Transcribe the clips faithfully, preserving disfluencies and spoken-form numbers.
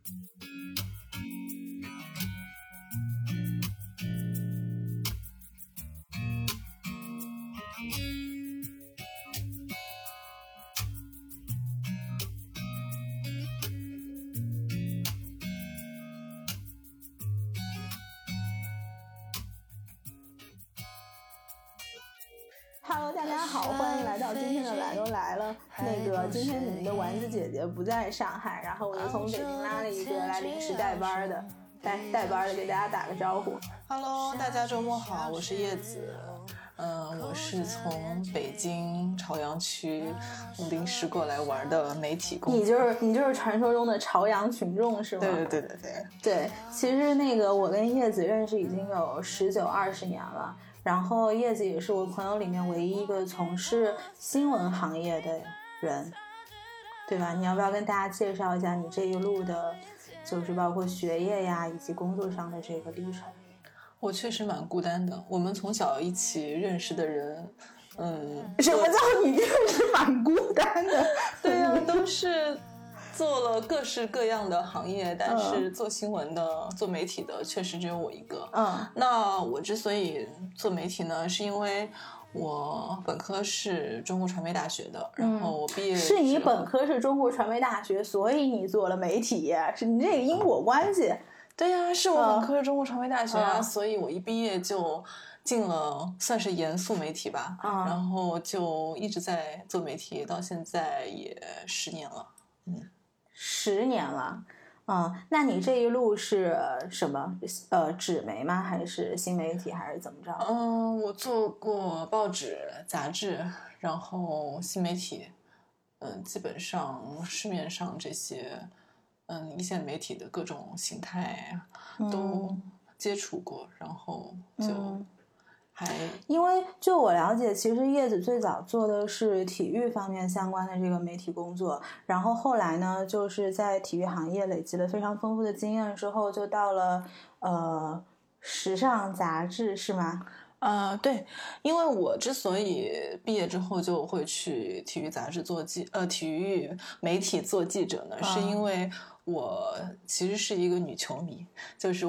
Hello， 大家好，欢迎来到今天的来都来了。那个今天你们的丸子姐姐不在上海，然后我就从北京拉了一个来临时带班的，带带班的给大家打个招呼。 Hello， 大家周末好，我是叶子。嗯、呃，我是从北京朝阳区临时过来玩的媒体工作。 你就是你就是传说中的朝阳群众是吗？ 对对对对对。 对，其实那个我跟叶子认识已经有十九二十年了。然后叶子也是我朋友里面唯一一个从事新闻行业的人，对吧？你要不要跟大家介绍一下你这一路的，就是包括学业呀以及工作上的这个历程？ 我确实蛮孤单的，我们从小一起认识的人，嗯， 什么叫你认识蛮孤单的？ 对呀、啊，都是做了各式各样的行业，但是做新闻的、嗯、做媒体的确实只有我一个。 嗯， 那我之所以做媒体呢，是因为我本科是中国传媒大学的， 嗯、 然后我毕业是你本科是中国传媒大学，所以你做了媒体，是你这个因果关系。 对呀、啊，是我本科是中国传媒大学啊、 嗯， 所以我一毕业就进了算是严肃媒体吧， 嗯， 然后就一直在做媒体，到现在也十年了。嗯， 十年了。嗯，那你这一路是什么？呃，纸媒吗？还是新媒体？还是怎么着？ 嗯，我做过报纸、杂志，然后新媒体，嗯，基本上市面上这些，嗯，一线媒体的各种形态都接触过，嗯、然后就。嗯还因为就我了解，其实叶子最早做的是体育方面相关的这个媒体工作，然后后来呢，就是在体育行业累积了非常丰富的经验之后，就到了呃时尚杂志，是吗？ 啊、呃，对，因为我之所以毕业之后就会去体育杂志做记呃体育媒体做记者呢， 啊、 是因为我其实是一个女球迷，就是我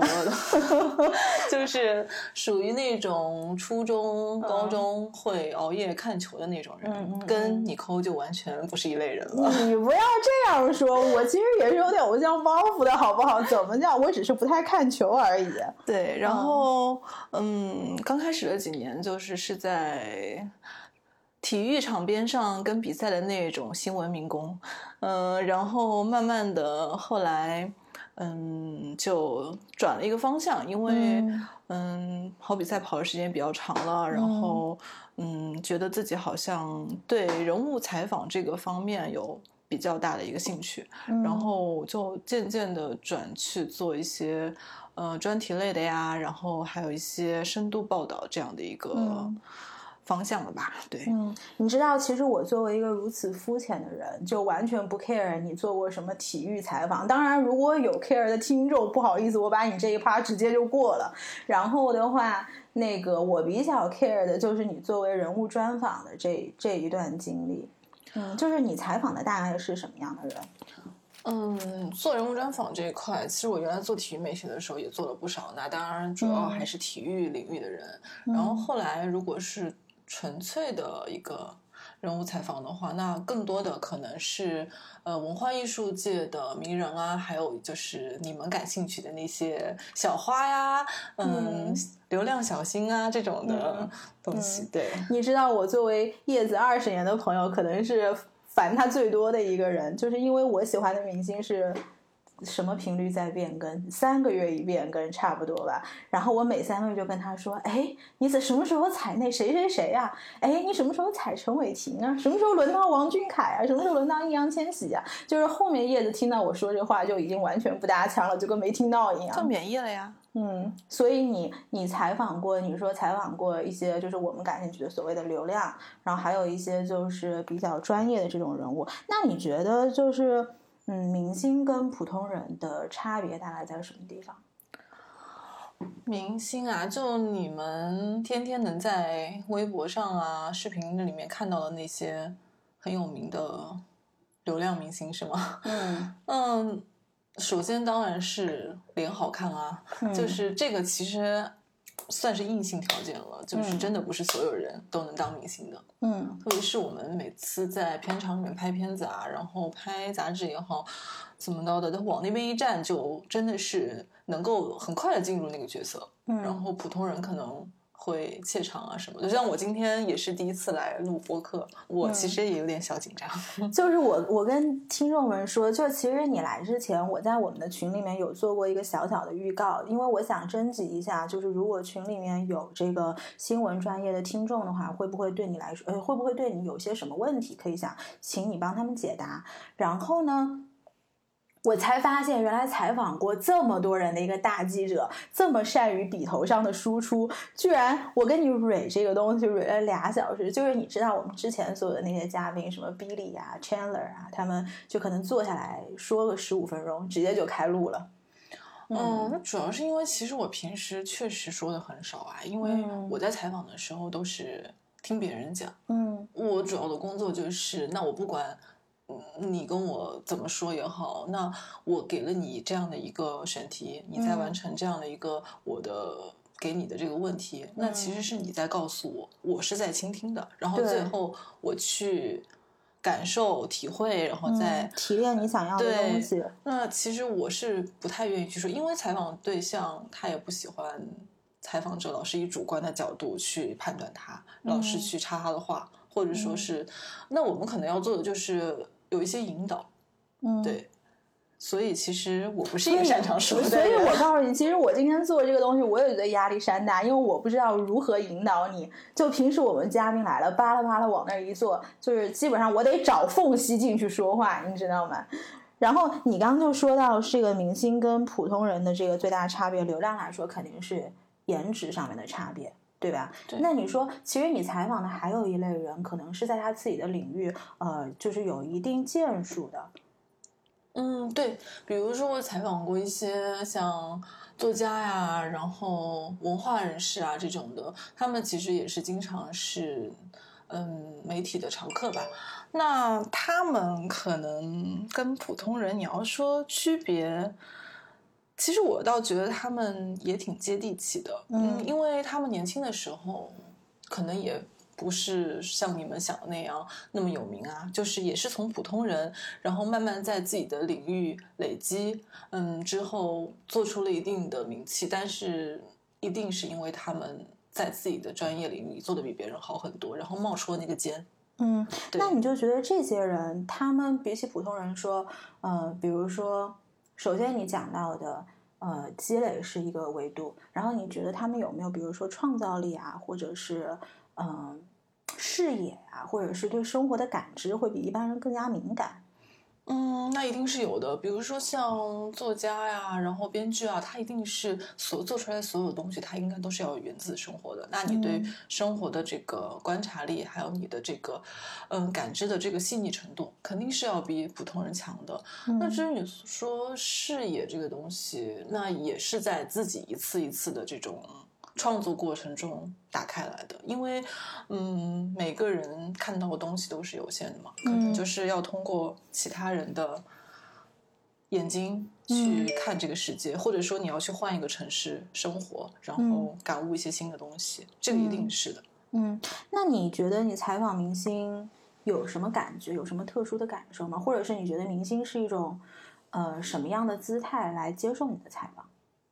就是属于那种初中、高中会熬夜看球的那种人， 嗯嗯、 跟你抠就完全不是一类人了。 你不要这样说，我其实也是有点偶像包袱的，好不好？怎么叫？我只是不太看球而已。 对，然后嗯，嗯刚开始的几年就是是在体育场边上跟比赛的那种新闻民工，嗯、呃，然后慢慢的后来，嗯，就转了一个方向，因为嗯, 嗯跑比赛跑的时间比较长了，然后嗯，觉得自己好像对人物采访这个方面有比较大的一个兴趣， 嗯、 然后就渐渐的转去做一些呃专题类的呀，然后还有一些深度报道这样的一个。嗯方向了吧，对， 嗯，你知道，其实我作为一个如此肤浅的人，就完全不 care 你做过什么体育采访。当然，如果有 care 的听众，不好意思，我把你这一趴直接就过了。然后的话，那个我比较 care 的就是你作为人物专访的这这一段经历。嗯，就是你采访的大概是什么样的人？ 嗯，做人物专访这一块，其实我原来做体育媒体的时候也做了不少。那当然，主要还是体育领域的人。嗯、然后后来，如果是纯粹的一个人物采访的话，那更多的可能是呃文化艺术界的名人啊，还有就是你们感兴趣的那些小花呀，嗯，嗯流量小星啊这种的东西。嗯、对， 你知道我作为叶子二十年的朋友，可能是烦他最多的一个人，就是因为我喜欢的明星是。什么频率在变更？三个月一变更差不多吧。然后我每三个月就跟他说：“哎，你什么时候踩那谁谁谁啊？哎，你什么时候踩陈伟霆啊？什么时候轮到王俊凯啊？什么时候轮到易烊千玺啊？”就是后面叶子听到我说这话就已经完全不搭腔了，就跟没听到一样。 就免疫了呀。 嗯，所以你你采访过，你说采访过一些就是我们感兴趣的所谓的流量，然后还有一些就是比较专业的这种人物。那你觉得就是？嗯，明星跟普通人的差别大概在什么地方？ 明星啊，就你们天天能在微博上啊、视频里面看到的那些很有名的流量明星是吗？ 嗯嗯， 首先当然是脸好看啊， 嗯、 就是这个其实算是硬性条件了，就是真的不是所有人都能当明星的。 嗯， 特别是我们每次在片场里面拍片子啊，然后拍杂志也好，怎么着的，他往那边一站，就真的是能够很快的进入那个角色。 嗯， 然后普通人可能会怯场啊什么的，就像我今天也是第一次来录播客，我其实也有点小紧张。 嗯、就是我我跟听众们说，就其实你来之前，我在我们的群里面有做过一个小小的预告，因为我想征集一下，就是如果群里面有这个新闻专业的听众的话，会不会对你来说，呃，会不会对你有些什么问题，可以想请你帮他们解答。然后呢，我才发现原来采访过这么多人的一个大记者，这么善于笔头上的输出，居然我跟你蕊这个东西蕊了俩小时。就是你知道我们之前所有的那些嘉宾，什么 Billy 啊 Chandler 啊，他们就可能坐下来说个十五分钟直接就开录了。 嗯，那主要是因为其实我平时确实说的很少啊，因为我在采访的时候都是听别人讲。 嗯， 我主要的工作就是，那我不管你跟我怎么说也好，那我给了你这样的一个选题，你在完成这样的一个我的给你的这个问题，嗯、那其实是你在告诉我，我是在倾听的，然后最后我去感受、体会，然后再、 嗯、提炼你想要的东西。 那其实我是不太愿意去说，因为采访对象他也不喜欢采访者老是以主观的角度去判断他，嗯、老是去插他的话，或者说是，嗯、那我们可能要做的就是有一些引导， 嗯， 对。所以其实我不是一个擅长说的人， 所以我告诉你，其实我今天做这个东西，我也觉得压力山大，因为我不知道如何引导你。就平时我们嘉宾来了，巴拉巴拉往那儿一坐，就是基本上我得找缝隙进去说话，你知道吗？然后你刚刚就说到这个明星跟普通人的这个最大差别，流量来说肯定是颜值上面的差别，对吧？ 对。 那你说，其实你采访的还有一类人，可能是在他自己的领域，呃，就是有一定建树的。 嗯，对，比如说我采访过一些像作家呀，然后文化人士啊这种的，他们其实也是经常是嗯媒体的常客吧。那他们可能跟普通人，你要说区别，其实我倒觉得他们也挺接地气的，嗯，因为他们年轻的时候可能也不是像你们想的那样那么有名啊，就是也是从普通人，然后慢慢在自己的领域累积，嗯，之后做出了一定的名气，但是一定是因为他们在自己的专业领域做的比别人好很多，然后冒出了那个尖。 嗯，那你就觉得这些人，他们比起普通人说，呃，比如说，首先你讲到的，呃，积累是一个维度，然后你觉得他们有没有，比如说创造力啊，或者是嗯、呃、视野啊，或者是对生活的感知会比一般人更加敏感？ 嗯，那一定是有的。比如说像作家呀，然后编剧啊，他一定是所做出来的所有东西，他应该都是要源自生活的。那你对生活的这个观察力，还有你的这个嗯感知的这个细腻程度，肯定是要比普通人强的。嗯、那至于你说视野这个东西，那也是在自己一次一次的这种创作过程中打开来的，因为嗯，每个人看到的东西都是有限的嘛，可能就是要通过其他人的眼睛去看这个世界，嗯、或者说你要去换一个城市生活，然后感悟一些新的东西，嗯、这个一定是的。 嗯，那你觉得你采访明星有什么感觉，有什么特殊的感受吗？或者是你觉得明星是一种呃什么样的姿态来接受你的采访？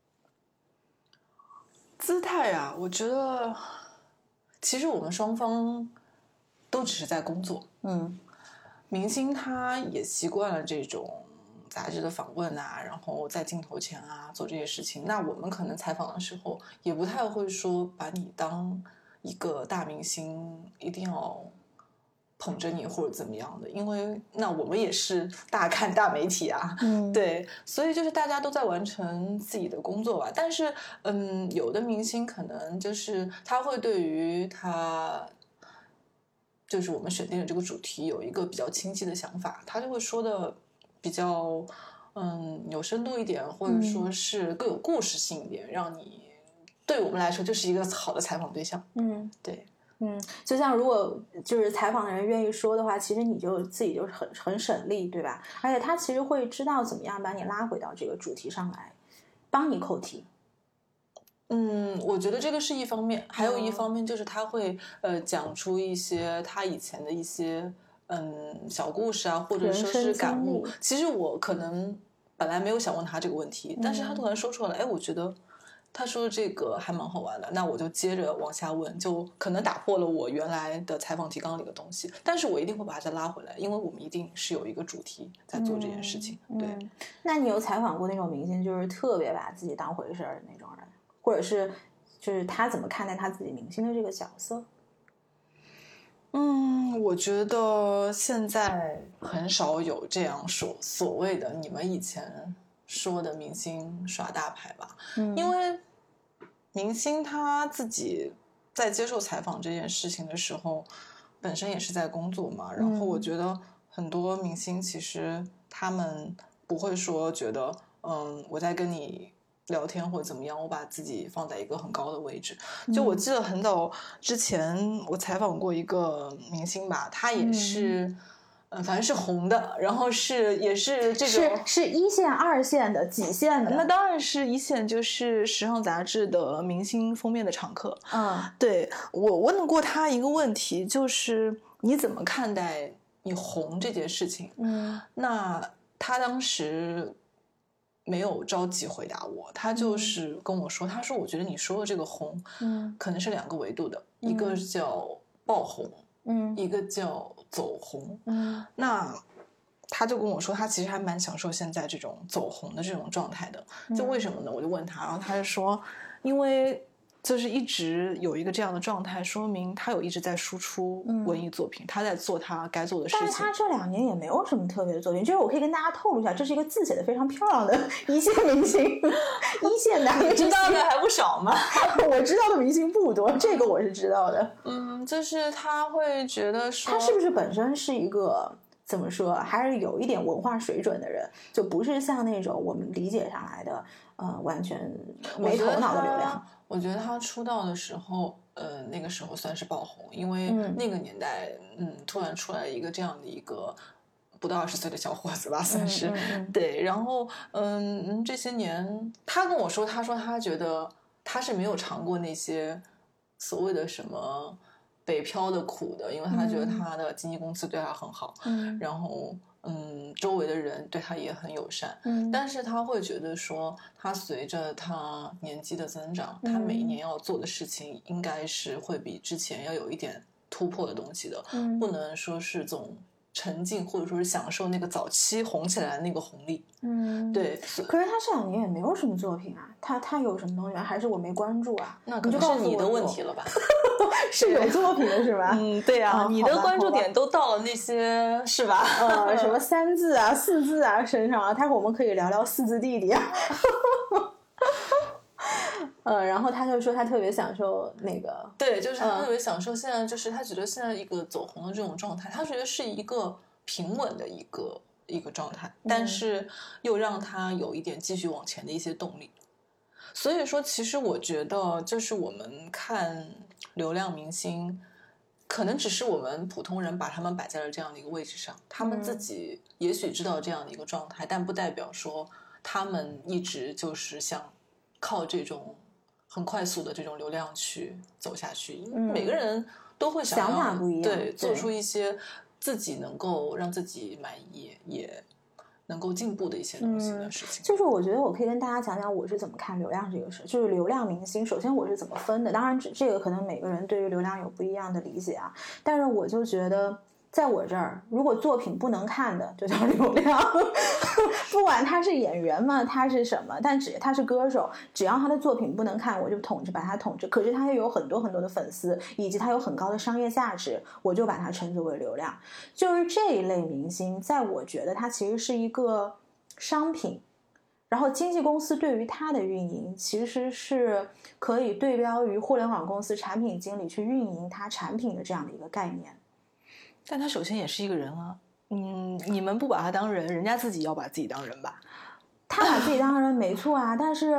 姿态啊，我觉得其实我们双方都只是在工作。 嗯， 明星他也习惯了这种杂志的访问啊，然后在镜头前啊做这些事情。那我们可能采访的时候也不太会说把你当一个大明星，一定要捧着你或者怎么样的，因为那我们也是大看大媒体啊， 嗯， 对，所以就是大家都在完成自己的工作吧。但是，嗯，有的明星可能就是他会对于他，就是我们选定的这个主题有一个比较清晰的想法，他就会说的比较嗯有深度一点，或者说是更有故事性一点，让你对我们来说就是一个好的采访对象。 嗯， 对。 嗯，就像如果就是采访的人愿意说的话，其实你就自己就是很很省力，对吧？而且他其实会知道怎么样把你拉回到这个主题上来，帮你扣题。 嗯，我觉得这个是一方面，还有一方面就是他会呃讲出一些他以前的一些嗯小故事啊，或者说是感悟。其实我可能本来没有想问他这个问题，但是他突然说出来，哎，我觉得他说这个还蛮好玩的，那我就接着往下问，就可能打破了我原来的采访提纲里的东西，但是我一定会把它再拉回来，因为我们一定是有一个主题在做这件事情。 嗯、 对、 嗯，那你有采访过那种明星，就是特别把自己当回事儿的那种人？或者是就是他怎么看待他自己明星的这个角色？ 嗯，我觉得现在很少有这样说所谓的你们以前说的明星耍大牌吧。 嗯， 因为明星他自己在接受采访这件事情的时候，本身也是在工作嘛。然后我觉得很多明星其实他们不会说觉得，嗯，我在跟你聊天或者怎么样，我把自己放在一个很高的位置。就我记得很早之前我采访过一个明星吧，他也是。嗯嗯，反正是红的，然后是也是这种是是一线、二线的、几线的。 那当然是一线，就是时尚杂志的明星封面的常客。 嗯， 对，我问过他一个问题，就是你怎么看待你红这件事情？ 嗯， 那他当时没有着急回答我，他就是跟我说，他说我觉得你说的这个红， 嗯， 可能是两个维度的，嗯、一个叫爆红。 嗯， 一个叫走红， 嗯， 那他就跟我说，他其实还蛮享受现在这种走红的这种状态的。就为什么呢？我就问他，然后他就说，因为就是一直有一个这样的状态，说明他有一直在输出文艺作品，嗯、他在做他该做的事情。 但是他这两年也没有什么特别的作品，就是我可以跟大家透露一下，这是一个字写的非常漂亮的一线明星，一线男明星， 知道的还不少吗？ 我知道的明星不多，这个我是知道的。 嗯，就是他会觉得说， 他是不是本身是一个怎么说，还是有一点文化水准的人，就不是像那种我们理解上来的，呃，完全没头脑的流量。 我觉得他出道的时候，呃，那个时候算是爆红，因为那个年代，嗯，嗯突然出来一个这样的一个不到二十岁的小伙子吧，算是、 嗯嗯、 对。然后，嗯，这些年他跟我说，他说他觉得他是没有尝过那些所谓的什么北漂的苦的，因为他觉得他的经纪公司对他很好， 嗯， 然后。嗯，周围的人对他也很友善， 嗯， 但是他会觉得说，他随着他年纪的增长， 嗯、 他每一年要做的事情应该是会比之前要有一点突破的东西的， 嗯， 不能说是总沉浸或者说是享受那个早期红起来的那个红利。 嗯， 对。 可是他这两年也没有什么作品啊，他他有什么东西吗？还是我没关注啊？ 那可能是你的问题了吧？ 是有作品的是吧？ 嗯，对啊， 啊你的关注点都到了那些是吧？ 呃，什么三字啊、四字啊身上啊，待会儿我们可以聊聊四字弟弟啊。呃，然后他就说他特别享受那个， 对，就是他特别享受现在，就是他觉得现在一个走红的这种状态，他觉得是一个平稳的一个一个状态，但是又让他有一点继续往前的一些动力。所以说，其实我觉得，就是我们看流量明星，可能只是我们普通人把他们摆在了这样的一个位置上，他们自己也许知道这样的一个状态，但不代表说他们一直就是想靠这种很快速的这种流量去走下去。嗯、每个人都会想要想法不一样， 对，做出一些自己能够让自己满意也能够进步的一些东西的事情、 嗯、就是我觉得我可以跟大家讲讲我是怎么看流量这个事，就是流量明星首先我是怎么分的，当然这个可能每个人对于流量有不一样的理解啊，但是我就觉得在我这儿，如果作品不能看的就叫流量不管他是演员嘛，他是什么，但只他是歌手，只要他的作品不能看，我就统治把他统治，可是他又有很多很多的粉丝，以及他有很高的商业价值，我就把他称之为流量。就是这一类明星，在我觉得他其实是一个商品，然后经纪公司对于他的运营其实是可以对标于互联网公司产品经理去运营他产品的这样的一个概念。 但他首先也是一个人啊，嗯，你们不把他当人，人家自己要把自己当人吧？ 他把自己当人没错啊，但是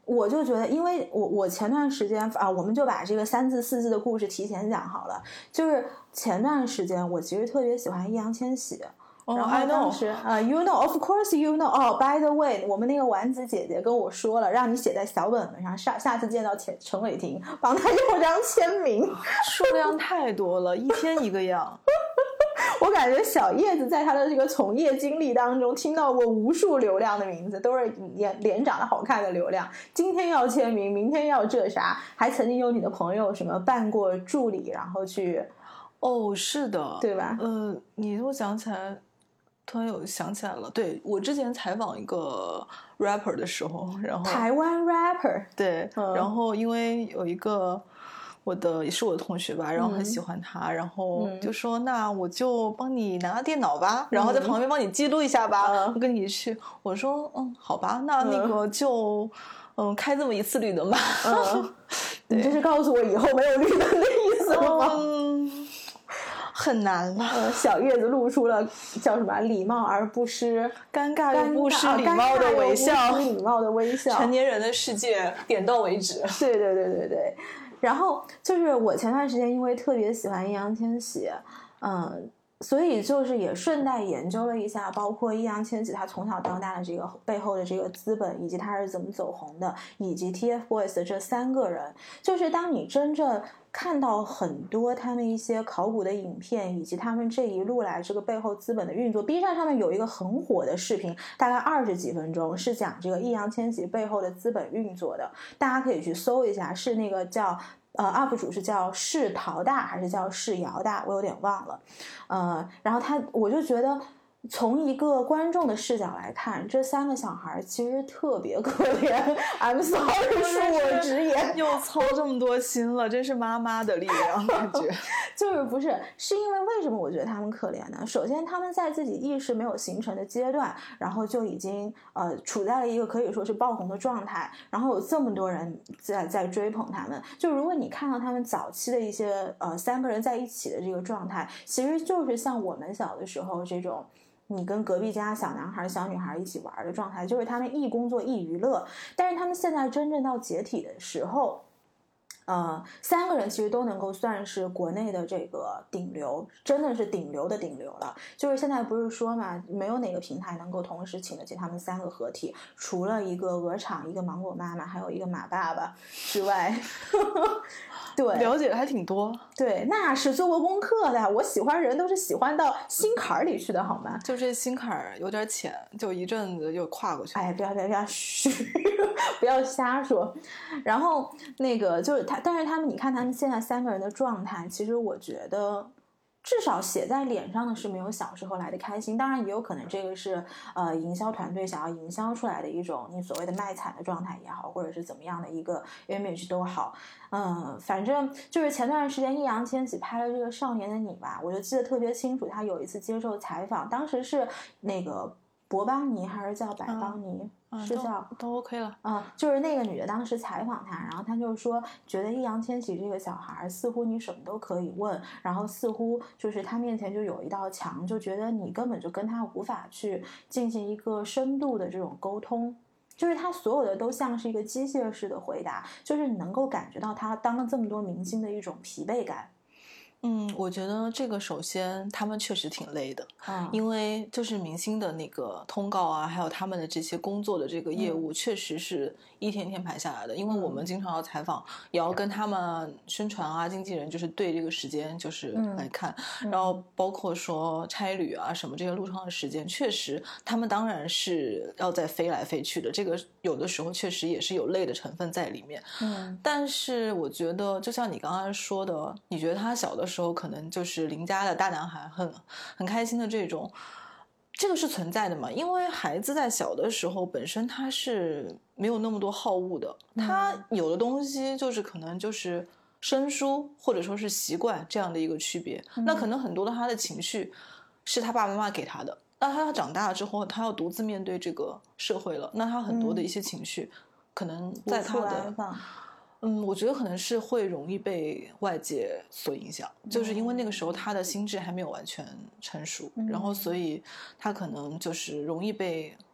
我就觉得，因为我我前段时间啊，我们就把这个三字四字的故事提前讲好了。就是前段时间我其实特别喜欢易烊千玺， 哦、 然后当时啊、呃、，you know, of course you know。哦 ，by the way， 我们那个丸子姐姐跟我说了，让你写在小本本上，下下次见到陈陈伟霆，帮他用张签名。 数量太多了，一天一个样。 我感觉小叶子在他的这个从业经历当中听到过无数流量的名字，都是脸脸长得好看的流量。今天要签名，明天要这啥，还曾经有你的朋友什么办过助理，然后去。 哦，是的， 对吧？ 呃，你给我讲起来，突然有想起来了。对，我之前采访一个 rapper 的时候，然后台湾 rapper， 对、 嗯， 然后因为有一个。我的也是我的同学吧，然后很喜欢他，嗯、然后就说、嗯、那我就帮你拿电脑吧，嗯、然后在旁边帮你记录一下吧，嗯、我跟你去。我说嗯好吧，那那个就嗯开这么一次绿灯吧。 嗯，你这是告诉我以后没有绿灯的意思吗？ 嗯，很难了。 呃，小叶子露出了叫什么礼貌而不失， 尴尬又不失礼貌的微笑， 礼貌的微笑。 成年人的世界，点到为止。 对对对对对。然后就是我前段时间因为特别喜欢易烊千玺，嗯，所以就是也顺带研究了一下，包括易烊千玺他从小到大的这个背后的这个资本，以及他是怎么走红的，以及 T F BOYS 的这三个人。就是当你真正看到很多他们一些考古的影片，以及他们这一路来这个背后资本的运作， B 站上面有一个很火的视频，大概二十几分钟，是讲这个易烊千玺背后的资本运作的，大家可以去搜一下，是那个叫呃 U P 主是叫是陶大还是叫是姚大，我有点忘了。呃，然后他我就觉得从一个观众的视角来看，这三个小孩其实特别可怜。I'm sorry， 恕我直言， 又操这么多心了，真是妈妈的力量，感觉就是不是是因为为什么我觉得他们可怜呢？首先，他们在自己意识没有形成的阶段，然后就已经呃处在了一个可以说是爆红的状态，然后有这么多人在在追捧他们。就如果你看到他们早期的一些呃三个人在一起的这个状态，其实就是像我们小的时候这种。你跟隔壁家小男孩小女孩一起玩的状态，就是他们一工作一娱乐。但是他们现在真正到解体的时候，呃，三个人其实都能够算是国内的这个顶流，真的是顶流的顶流了。就是现在不是说嘛，没有哪个平台能够同时请得起他们三个合体，除了一个鹅厂、一个芒果妈妈，还有一个马爸爸之外。对， 了解的还挺多。 对，那是做过功课的。我喜欢人都是喜欢到心坎里去的，好吗？ 就这心坎有点浅，就一阵子就跨过去。 哎，不要不要不要，嘘，不要瞎说。然后那个就是他，但是他们，你看他们现在三个人的状态，其实我觉得。至少写在脸上的是没有小时候来的开心，当然也有可能这个是呃营销团队想要营销出来的一种你所谓的卖惨的状态也好，或者是怎么样的一个 image 都好，嗯，反正就是前段时间易烊千玺拍了这个《少年的你》吧，我就记得特别清楚，他有一次接受采访，当时是那个博邦尼还是叫百邦尼？ 嗯是叫、 嗯、都, 都 OK 了啊、嗯，就是那个女的当时采访他，然后他就说觉得易烊千玺这个小孩似乎你什么都可以问，然后似乎就是他面前就有一道墙，就觉得你根本就跟他无法去进行一个深度的这种沟通，就是他所有的都像是一个机械式的回答，就是你能够感觉到他当了这么多明星的一种疲惫感。 嗯，我觉得这个首先他们确实挺累的， 嗯， 因为就是明星的那个通告啊，还有他们的这些工作的这个业务，确实是一天天排下来的。因为我们经常要采访，也要跟他们宣传啊，经纪人就是对这个时间就是来看， 嗯、 然后包括说差旅啊什么这些路上的时间，确实他们当然是要在飞来飞去的，这个有的时候确实也是有累的成分在里面。 嗯， 但是我觉得，就像你刚才说的，你觉得他小的时候可能就是邻家的大男孩，很很开心的这种，这个是存在的嘛？因为孩子在小的时候本身他是没有那么多好恶的，他有的东西就是可能就是生疏或者说是习惯这样的一个区别。 嗯、 那可能很多的他的情绪是他爸爸妈妈给他的，那他长大了之后，他要独自面对这个社会了，那他很多的一些情绪、嗯、可能在他的。嗯，我觉得可能是会容易被外界所影响，嗯、就是因为那个时候他的心智还没有完全成熟，嗯、然后所以他可能就是容易被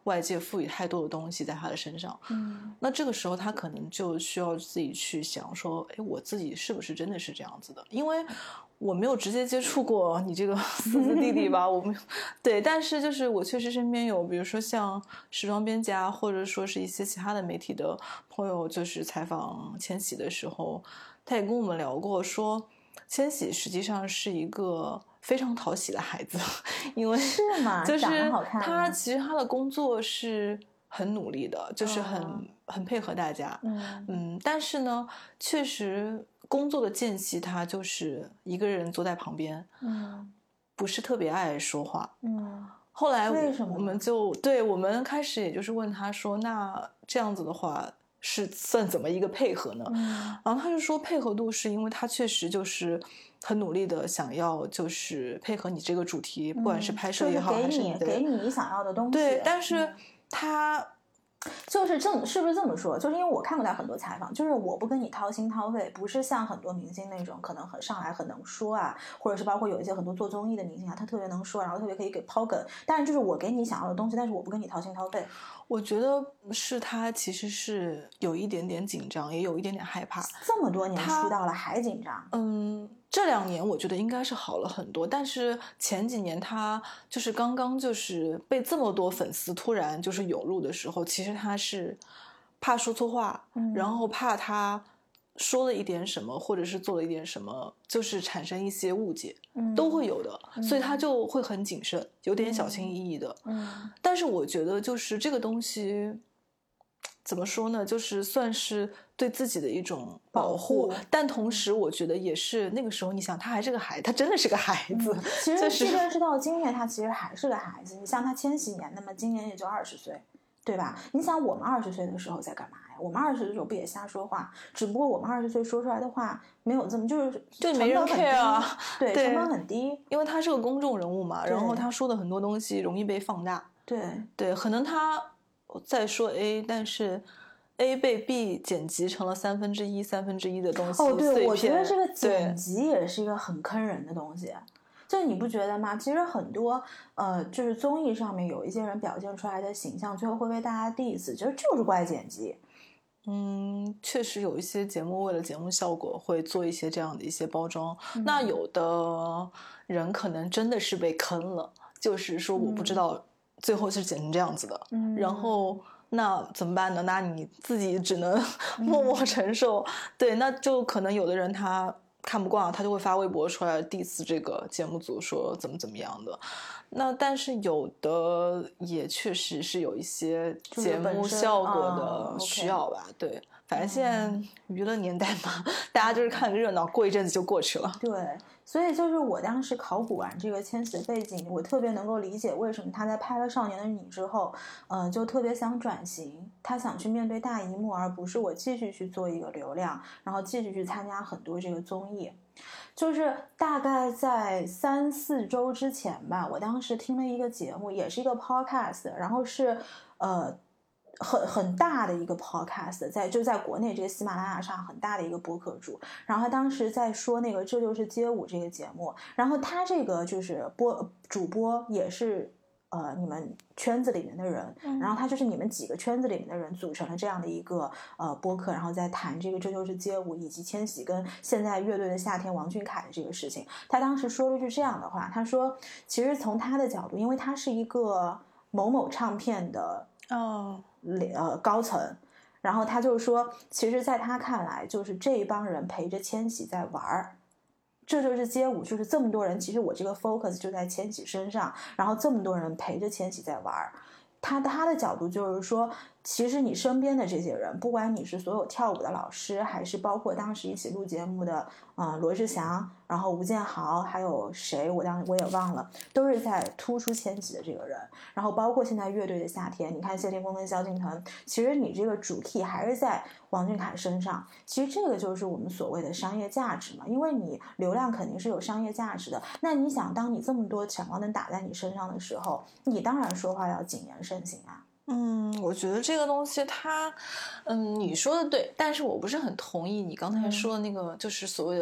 外界赋予太多的东西在他的身上。 嗯， 那这个时候他可能就需要自己去想说，哎，我自己是不是真的是这样子的？因为我没有直接接触过你这个四字弟弟吧，我没有对，但是就是我确实身边有，比如说像时装编辑啊，或者说是一些其他的媒体的朋友，就是采访千玺的时候，他也跟我们聊过说，千玺实际上是一个非常讨喜的孩子，因为是吗？ 就是长得好看吗他其实他的工作是很努力的，就是很、 哦很配合大家， 嗯嗯，但是呢，确实工作的间隙他就是一个人坐在旁边， 嗯不是特别爱说话。 嗯后来为什么呢我们就对我们开始也就是问他说，那这样子的话是算怎么一个配合呢？ 嗯然后他就说配合度是因为他确实就是很努力的想要就是配合你这个主题，不管是拍摄也好， 就是给还是的你给你你想要的东西。 对，但是嗯他就是这么，是不是这么说？就是因为我看过他很多采访，就是我不跟你掏心掏肺，不是像很多明星那种可能很上来很能说啊，或者是包括有一些很多做综艺的明星啊，他特别能说，然后特别可以给抛梗，但是就是我给你想要的东西，但是我不跟你掏心掏肺。 我觉得是他其实是有一点点紧张，也有一点点害怕。 这么多年他出道了还紧张？ 嗯，这两年我觉得应该是好了很多，但是前几年他就是刚刚就是被这么多粉丝突然就是涌入的时候，其实他是怕说错话， 嗯然后怕他说了一点什么，或者是做了一点什么，就是产生一些误解， 嗯都会有的，所以他就会很谨慎，有点小心翼翼的。 嗯但是我觉得就是这个东西怎么说呢，就是算是对自己的一种保护， 保护但同时我觉得也是那个时候你想他还是个孩子，他真的是个孩子， 其实就是即便是到今年，他其实还是个孩子。你像他千禧年，那么今年也就二十岁，对吧？你想我们二十岁的时候在干嘛呀？我们二十岁的时候不也瞎说话？只不过我们二十岁说出来的话没有这么就是就没人成本很 care 啊低，对， 对成本很低， 因为他是个公众人物嘛， 对然后他说的很多东西容易被放大， 对。 对，可能他在说 A， 但是 A 被 B 剪辑成了三分之一、三分之一的东西。 哦，对， 碎我觉得片这个剪对辑也是一个很坑人的东西。就你不觉得吗？其实很多呃，就是综艺上面有一些人表现出来的形象，最后会被大家 diss，其实就是怪剪辑。 嗯，确实有一些节目为了节目效果会做一些这样的一些包装。 嗯那有的人可能真的是被坑了，就是说我不知道最后是剪成这样子的， 嗯然后那怎么办呢？那你自己只能默默承受。对，那就可能有的人他看不惯，他就会发微博出来 diss 这个节目组，说怎么怎么样的。那但是有的也确实是有一些就是节本身目效果啊的 ，OK 需要吧，对，反正现在娱乐年代嘛，大家就是看个热闹，过一阵子就过去了。 对，所以就是我当时考古完这个千玺的背景，我特别能够理解为什么他在拍了《少年的你》之后，嗯、就特别想转型，他想去面对大荧幕，而不是我继续去做一个流量，然后继续去参加很多这个综艺。就是大概在三四周之前吧，我当时听了一个节目，也是一个 podcast，然后是呃很很大的一个 podcast， 在就在国内这个喜马拉雅上很大的一个播客主，然后他当时在说那个《这就是街舞》这个节目，然后他这个就是播主播也是呃你们圈子里面的人，然后他就是你们几个圈子里面的人组成了这样的一个呃播客，然后在谈这个《这就是街舞》以及千玺跟现在乐队的夏天王俊凯的这个事情。他当时说了句这样的话，他说其实从他的角度，因为他是一个某某唱片的哦， 呃高层，然后他就说其实在他看来就是这一帮人陪着千玺在玩儿，这就是街舞，就是这么多人，其实我这个 focus 就在千玺身上，然后这么多人陪着千玺在玩儿。他他的角度就是说，其实你身边的这些人，不管你是所有跳舞的老师，还是包括当时一起录节目的，呃，罗志祥，然后吴建豪，还有谁，我当我也忘了，都是在突出千玺的这个人。然后包括现在乐队的夏天，你看谢霆锋跟萧敬腾，其实你这个主题还是在王俊凯身上。其实这个就是我们所谓的商业价值嘛，因为你流量肯定是有商业价值的。那你想，当你这么多闪光灯打在你身上的时候，你当然说话要谨言慎行啊。 嗯，我觉得这个东西它，嗯，你说的对，但是我不是很同意你刚才说的那个，就是所谓的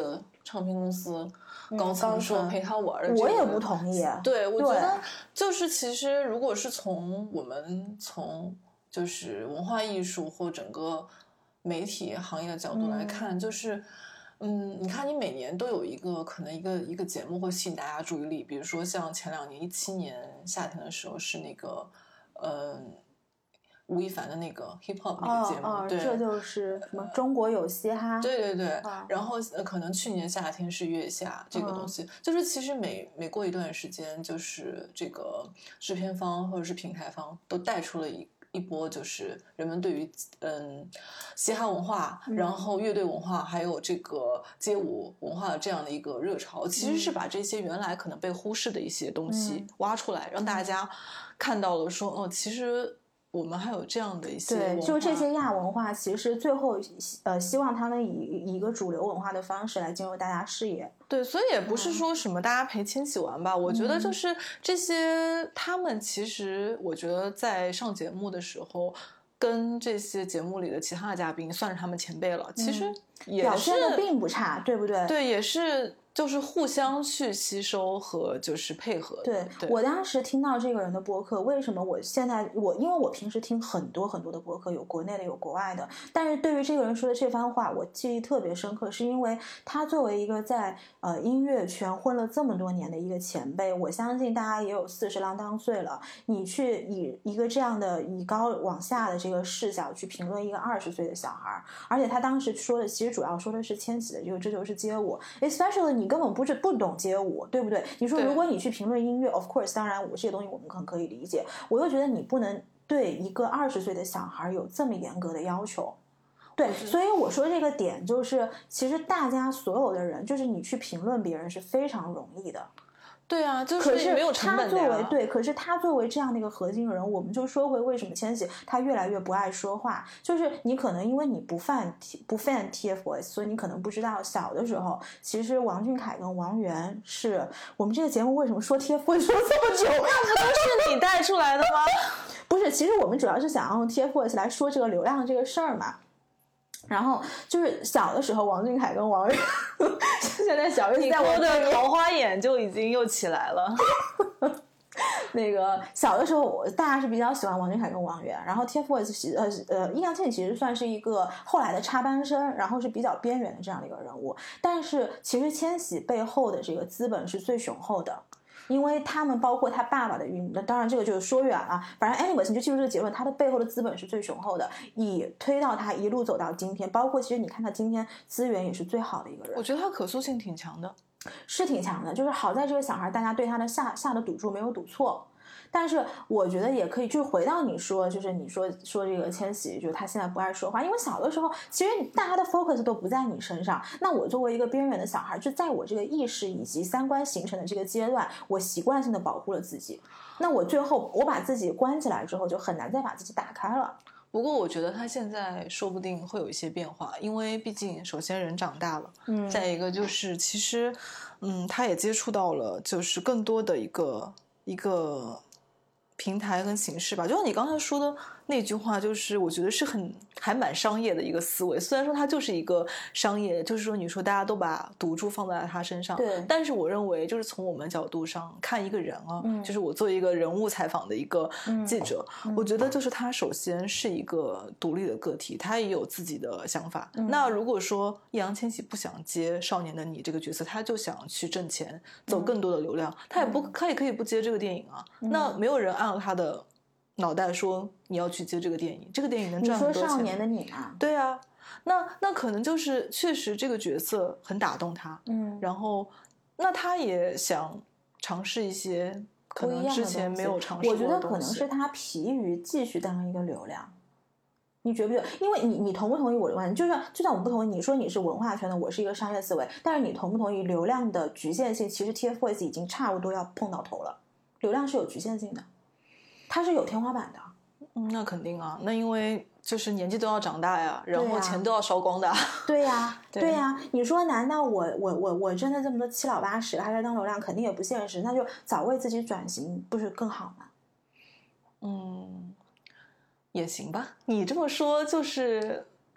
唱片公司高层说嗯、 陪他玩的、这个我也不同意。 对，我觉得就是其实如果是从我们从就是文化艺术或整个媒体行业的角度来看， 嗯、 就是嗯，你看你每年都有一个可能一个一个节目会吸引大家注意力，比如说像前两年一七年夏天的时候是那个嗯。吴亦凡的那个 hip hop 那个节目， 哦哦、 对， 这就是什么中国有嘻哈， 对对对。 哦、 然后呃，可能去年夏天是月下这个东西，嗯、就是其实每每过一段时间，就是这个制片方或者是平台方都带出了一一波，就是人们对于嗯嘻哈文化， 嗯、 然后乐队文化，还有这个街舞文化的这样的一个热潮，其实是把这些原来可能被忽视的一些东西挖出来，嗯、让大家看到了说，哦，其实。我们还有这样的一些对，就这些亚文化，其实最后呃，希望他们以以一个主流文化的方式来进入大家视野。 对，所以也不是说什么大家陪千玺玩吧，嗯、我觉得就是这些他们其实，我觉得在上节目的时候，跟这些节目里的其他的嘉宾算是他们前辈了，嗯、其实也是表现的并不差，对不对？ 对，也是。就是互相去吸收和就是配合的。 对， 对， 我当时听到这个人的播客，为什么我现在我因为我平时听很多很多的播客，有国内的有国外的，但是对于这个人说的这番话，我记忆特别深刻，是因为他作为一个在呃音乐圈混了这么多年的一个前辈，我相信大家也有四十郎当岁了，你去以一个这样的以高往下的这个视角去评论一个二十岁的小孩，而且他当时说的其实主要说的是千玺的这个这就是街舞 ，especially。你根本不是不懂街舞，对不对？你说如果你去评论音乐 ，of course， 当然我这些东西我们可能可以理解。我又觉得你不能对一个二十岁的小孩有这么严格的要求。对，所以我说这个点就是，其实大家所有的人，就是你去评论别人是非常容易的。 对啊，就是没有成本的呀。 可是他作为对，可是他作为这样的一个核心人物，我们就说回为什么千玺他越来越不爱说话，就是你可能因为你不犯不犯 T F B O Y S， 所以你可能不知道小的时候，其实王俊凯跟王源是我们这个节目为什么说 T F B O Y S 说这么久， 那不都是你带出来的吗？ 不是，其实我们主要是想用 T F B O Y S 来说这个流量这个事儿嘛。然后就是小的时候，王俊凯跟王源，现在小月在我的桃花眼就已经又起来了。 那个小的时候，我大家是比较喜欢王俊凯跟王源，然后 T F B O Y S 呃呃，易烊千玺其实算是一个后来的插班生，然后是比较边缘的这样的一个人物。但是其实千玺背后的这个资本是最雄厚的。因为他们包括他爸爸的运，那当然这个就是说远了，反正 anyways 你就记住这个结论，他的背后的资本是最雄厚的，以推到他一路走到今天，包括其实你看他今天资源也是最好的一个人。 我觉得他可塑性挺强的， 是挺强的，就是好在这个小孩大家对他的下下的赌注没有赌错。但是我觉得也可以，就回到你说，就是你说说这个千玺，就是他现在不爱说话，因为小的时候其实大家的 focus 都不在你身上。那我作为一个边缘的小孩，就在我这个意识以及三观形成的这个阶段，我习惯性的保护了自己。那我最后我把自己关起来之后，就很难再把自己打开了。 不过我觉得他现在说不定会有一些变化，因为毕竟首先人长大了， 嗯， 再一个就是其实，嗯，他也接触到了就是更多的一个一个。平台跟形式吧，就像你刚才说的那句话，就是我觉得是很还蛮商业的一个思维。虽然说它就是一个商业，就是说你说大家都把赌注放在他身上， 对。 但是我认为，就是从我们角度上看一个人啊， 嗯、 就是我作为一个人物采访的一个记者， 嗯、 我觉得就是他首先是一个独立的个体，他也有自己的想法。 嗯、 那如果说易烊千玺不想接少年的你这个角色，他就想去挣钱，走更多的流量，嗯、他也不，他也可以不接这个电影啊。 嗯、 那没有人按他的脑袋说你要去接这个电影，这个电影能赚很多钱。 你说少年的你啊？ 对啊，那那可能就是确实这个角色很打动他， 嗯， 然后那他也想尝试一些可能之前没有尝试过的东西。 我觉得可能是他疲于继续当一个流量。你觉不觉得？因为你你同不同意我的观点？就算就算我不同意，你说你是文化圈的，我是一个商业思维，但是你同不同意流量的局限性？其实 T F B O Y S 已经差不多要碰到头了，流量是有局限性的。它是有天花板的。 嗯，那肯定啊，那因为就是年纪都要长大呀，然后钱都要烧光的。 对呀，对呀，你说难道我我我我真的这么多七老八十还在当流量，肯定也不现实，那就早为自己转型不是更好吗？ 嗯，也行吧。你这么说就是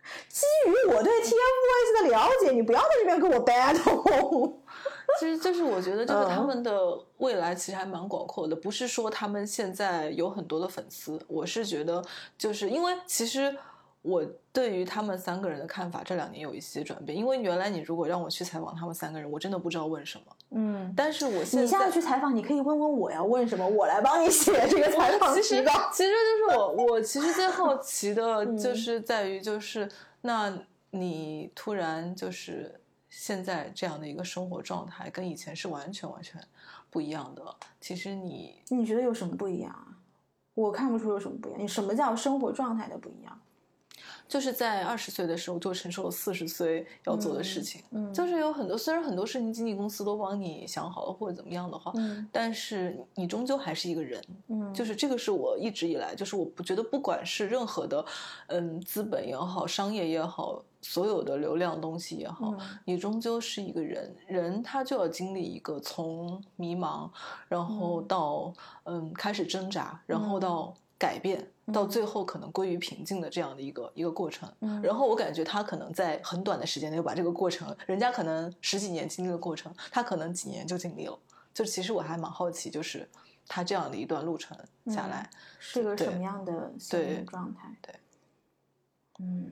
基于我对 TFBOYS 的了解，你不要在这边跟我 battle。 其实就是我觉得就是他们的未来其实还蛮广阔的，不是说他们现在有很多的粉丝，我是觉得就是因为其实我对于他们三个人的看法这两年有一些转变，因为原来你如果让我去采访他们三个人，我真的不知道问什么。 嗯， 但是我现在你下次去采访，你可以问问我要问什么，我来帮你写这个采访提稿。 其实就是我我其实最好奇的就是在于就是、嗯、那你突然就是现在这样的一个生活状态跟以前是完全完全不一样的，其实你你觉得有什么不一样啊？我看不出有什么不一样。你什么叫生活状态的不一样？ 就是在二十岁的时候就承受了四十岁要做的事情、 嗯嗯、 就是有很多虽然很多事情经纪公司都帮你想好了或者怎么样的话、嗯、但是你终究还是一个人、嗯、就是这个是我一直以来就是我不觉得不管是任何的嗯资本也好商业也好所有的流量东西也好、嗯、你终究是一个人人他就要经历一个从迷茫然后到 嗯, 嗯开始挣扎然后到改变到最后可能归于平静的这样的一个一个过程、嗯、然后我感觉他可能在很短的时间内把这个过程人家可能十几年经历的过程他可能几年就经历了，就其实我还蛮好奇就是他这样的一段路程下来、嗯、 是个什么样的心理状态。 对，对嗯，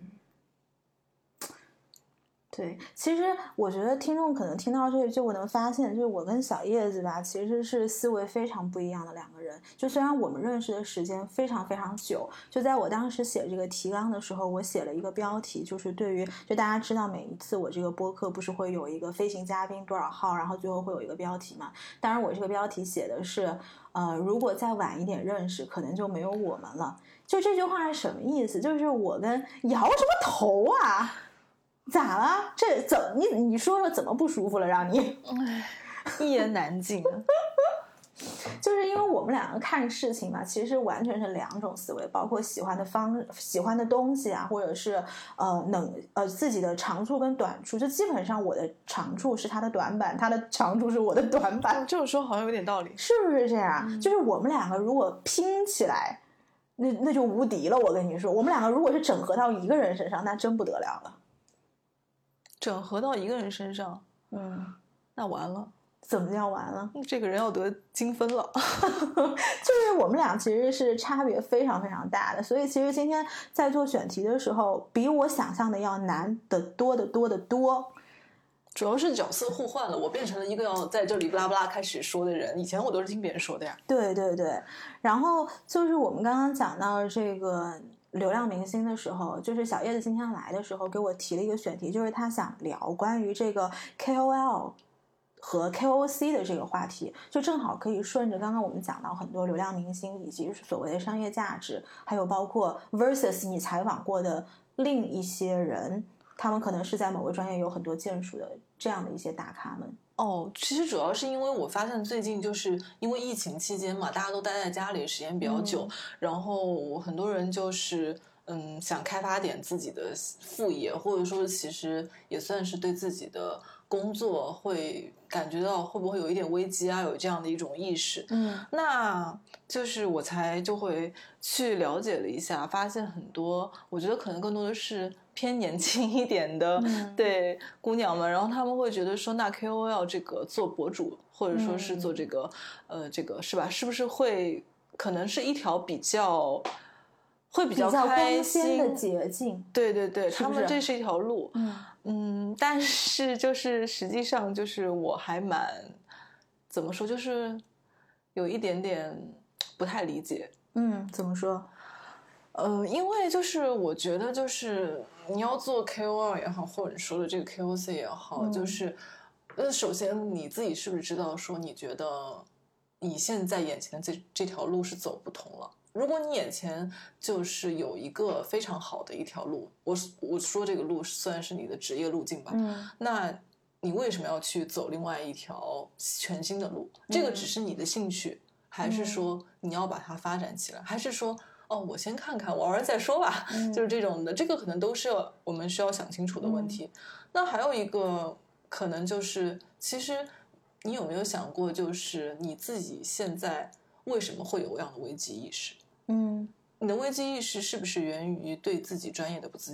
对，其实我觉得听众可能听到这里就我能发现就是我跟小叶子吧其实是思维非常不一样的两个人，就虽然我们认识的时间非常非常久，就在我当时写这个提纲的时候我写了一个标题，就是对于就大家知道每一次我这个播客不是会有一个飞行嘉宾多少号然后最后会有一个标题嘛，当然我这个标题写的是呃，如果再晚一点认识可能就没有我们了。就这句话是什么意思，就是我跟摇什么头啊，咋了？这怎么你你说说怎么不舒服了让你？ 唉，一言难尽。 就是因为我们两个看事情嘛，其实完全是两种思维，包括喜欢的方喜欢的东西啊，或者是呃能呃自己的长处跟短处，就基本上我的长处是他的短板，他的长处是我的短板。 这种说好像有点道理， 是不是这样？嗯、就是我们两个如果拼起来，那那就无敌了。我跟你说，我们两个如果是整合到一个人身上，那真不得了了。 整合到一个人身上，嗯，那完了。 怎么叫完了？ 这个人要得金分了。 就是我们俩其实是差别非常非常大的，所以其实今天在做选题的时候比我想象的要难得多得多得多。 主要是角色互换了，我变成了一个要在这里不拉不拉开始说的人，以前我都是听别人说的呀。 对对对，然后就是我们刚刚讲到这个流量明星的时候，就是小叶子今天来的时候给我提了一个选题，就是他想聊关于这个 K O L和 K O C 的这个话题，就正好可以顺着刚刚我们讲到很多流量明星以及所谓的商业价值，还有包括 versus 你采访过的另一些人，他们可能是在某个专业有很多建树的这样的一些大咖们。 哦，其实主要是因为我发现最近就是因为疫情期间嘛，大家都待在家里时间比较久、嗯、然后很多人就是嗯想开发点自己的副业，或者说其实也算是对自己的工作会感觉到会不会有一点危机啊，有这样的一种意识。嗯，那就是我才就会去了解了一下，发现很多我觉得可能更多的是偏年轻一点的、嗯、对姑娘们，然后他们会觉得说那 K O L 这个做博主或者说是做这个、嗯、呃这个是吧，是不是会可能是一条比较会比较开心的捷径。 对对对，是是他们这是一条路。嗯嗯，但是就是实际上就是我还蛮怎么说，就是有一点点不太理解。 嗯，怎么说？ 呃，因为就是我觉得就是你要做 K O L 也好，或者你说的这个 K O C 也好，嗯、就是呃，首先你自己是不是知道说你觉得你现在眼前的这这条路是走不通了？如果你眼前就是有一个非常好的一条路，我我说这个路算是你的职业路径吧，嗯，那你为什么要去走另外一条全新的路？这个只是你的兴趣，嗯、还是说你要把它发展起来？还是说哦，我先看看，玩玩再说吧？嗯、就是这种的，这个可能都是我们需要想清楚的问题。嗯、那还有一个可能就是，其实你有没有想过，就是你自己现在为什么会有这样的危机意识？嗯，你的危机意识是不是源于对自己专业的不自信？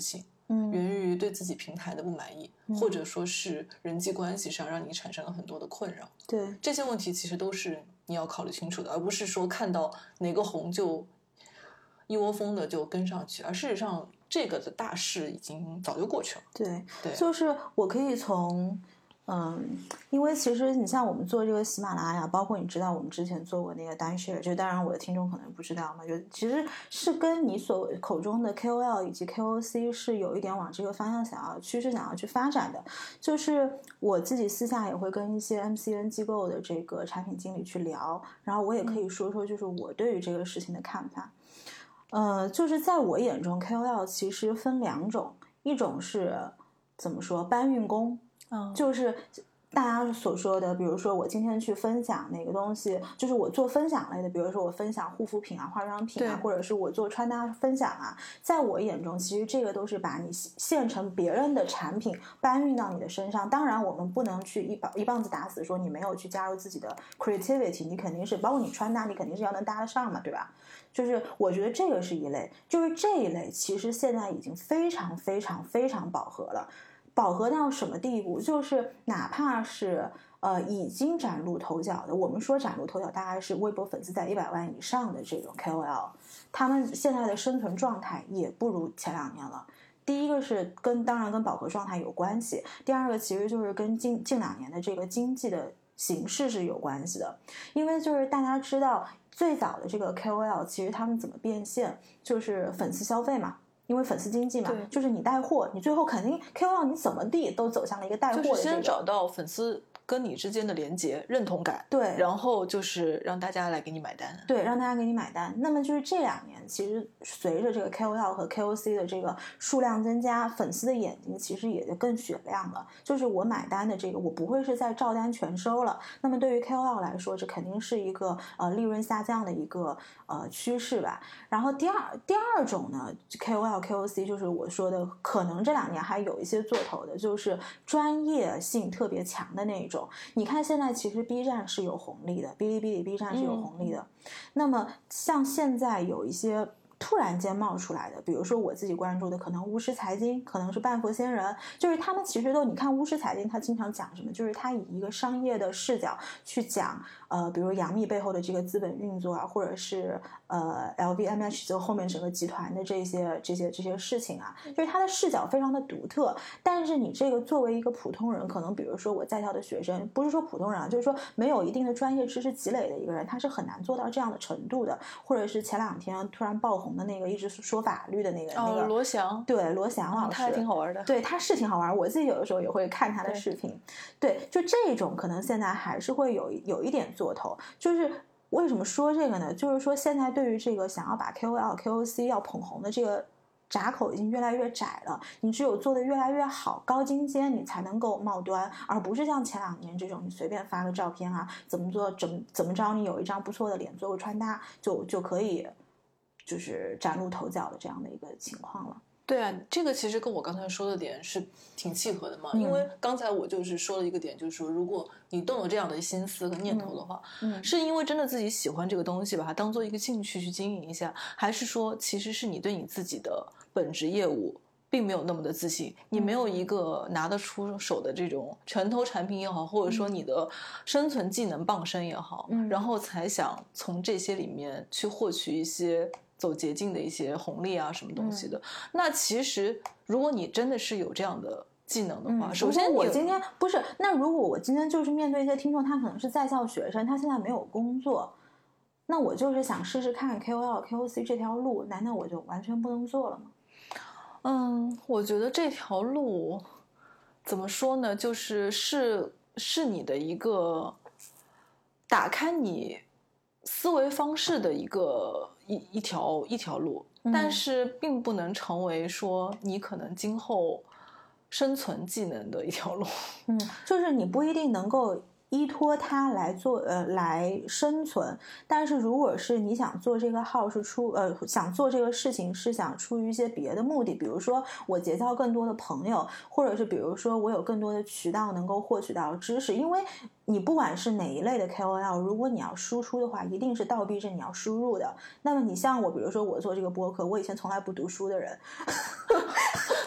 嗯， 源于对自己平台的不满意，嗯、或者说是人际关系上让你产生了很多的困扰。 对， 这些问题其实都是你要考虑清楚的，而不是说看到哪个红就一窝蜂的就跟上去，而事实上这个的大势已经早就过去了。 对， 对， 就是我可以从。嗯，因为其实你像我们做这个喜马拉雅，包括你知道我们之前做过那个单 share， 就当然我的听众可能不知道嘛，就其实是跟你所口中的 K O L 以及 K O C 是有一点往这个方向想要趋势想要去发展的。就是我自己私下也会跟一些 M C N 机构的这个产品经理去聊，然后我也可以说说就是我对于这个事情的看法。呃，就是在我眼中 K O L 其实分两种，一种是怎么说搬运工。 嗯， 就是大家所说的，比如说我今天去分享哪个东西，就是我做分享类的，比如说我分享护肤品啊、化妆品啊，或者是我做穿搭分享啊，在我眼中，其实这个都是把你现成别人的产品搬运到你的身上。当然，我们不能去一棒一棒子打死，说你没有去加入自己的 creativity， 你肯定是包括你穿搭，你肯定是要能搭得上嘛，对吧？就是我觉得这个是一类，就是这一类其实现在已经非常非常非常饱和了。饱和到什么地步？就是哪怕是呃已经崭露头角的，我们说崭露头角大概是微博粉丝在一百万以上的这种 K O L， 他们现在的生存状态也不如前两年了。第一个是跟当然跟饱和状态有关系，第二个其实就是跟近近两年的这个经济的形势是有关系的。因为就是大家知道最早的这个 K O L 其实他们怎么变现，就是粉丝消费嘛。因为粉丝经济嘛，就是你带货，你最后肯定 K O L 你怎么地都走向了一个带货的、这个， 就是先找到粉丝跟你之间的连接、认同感， 对， 然后就是让大家来给你买单， 对，让大家给你买单。那么就是这两年，其实随着这个 K O L 和 K O C 的这个数量增加，粉丝的眼睛其实也就更雪亮了。就是我买单的这个，我不会是在照单全收了。那么对于 K O L 来说，这肯定是一个呃利润下降的一个呃趋势吧。然后第二第二种呢 ，K O L、K O C 就是我说的，可能这两年还有一些做头的，就是专业性特别强的那种。你看现在其实 B 站是有红利的，哔哩哔哩 B 站是有红利的。嗯、那么像现在有一些突然间冒出来的，比如说我自己关注的，可能巫师财经，可能是半佛仙人，就是他们其实都，你看巫师财经，他经常讲什么？就是他以一个商业的视角去讲，呃，比如杨幂背后的这个资本运作啊，或者是呃 L V M H 就后面整个集团的这些这些这些事情啊，就是他的视角非常的独特。但是你这个作为一个普通人，可能比如说我在校的学生，不是说普通人啊，就是说没有一定的专业知识积累的一个人，他是很难做到这样的程度的。或者是前两天突然爆红的那个一直说法律的那个、 哦、 那个罗翔， 对，罗翔老师、 嗯、他还挺好玩的， 对，他是挺好玩，我自己有的时候也会看他的视频。对，对，就这种可能现在还是会有有一点做头。就是为什么说这个呢？就是说现在对于这个想要把 K O L、K O C 要捧红的这个闸口已经越来越窄了，你只有做得越来越好，高精尖，你才能够冒端，而不是像前两年这种你随便发个照片啊，怎么做怎么怎么着，你有一张不错的脸做个穿搭就就可以就是崭露头角的这样的一个情况了。 对啊，这个其实跟我刚才说的点是挺契合的嘛、 嗯、 因为刚才我就是说了一个点，就是说如果你动了这样的心思和念头的话、 嗯嗯、 是因为真的自己喜欢这个东西把它当做一个兴趣去经营一下，还是说其实是你对你自己的本职业务并没有那么的自信，你没有一个拿得出手的这种拳头产品也好，或者说你的生存技能傍身也好、 嗯、 然后才想从这些里面去获取一些走捷径的一些红利啊什么东西的、嗯、那其实如果你真的是有这样的技能的话、 嗯、 首先我今天不是，那如果我今天就是面对一些听众，他可能是在校学生，他现在没有工作，那我就是想试试看 K O L、K O C 这条路，难道我就完全不能做了吗？ 嗯，我觉得这条路怎么说呢，就是是是你的一个打开你思维方式的一个一一条一条路、嗯、但是并不能成为说你可能今后生存技能的一条路。 嗯，就是你不一定能够依托它来做呃来生存，但是如果是你想做这个号是出呃想做这个事情是想出于一些别的目的，比如说我结交更多的朋友，或者是比如说我有更多的渠道能够获取到知识，因为你不管是哪一类的 K O L， 如果你要输出的话，一定是倒逼着你要输入的。那么你像我，比如说我做这个播客，我以前从来不读书的人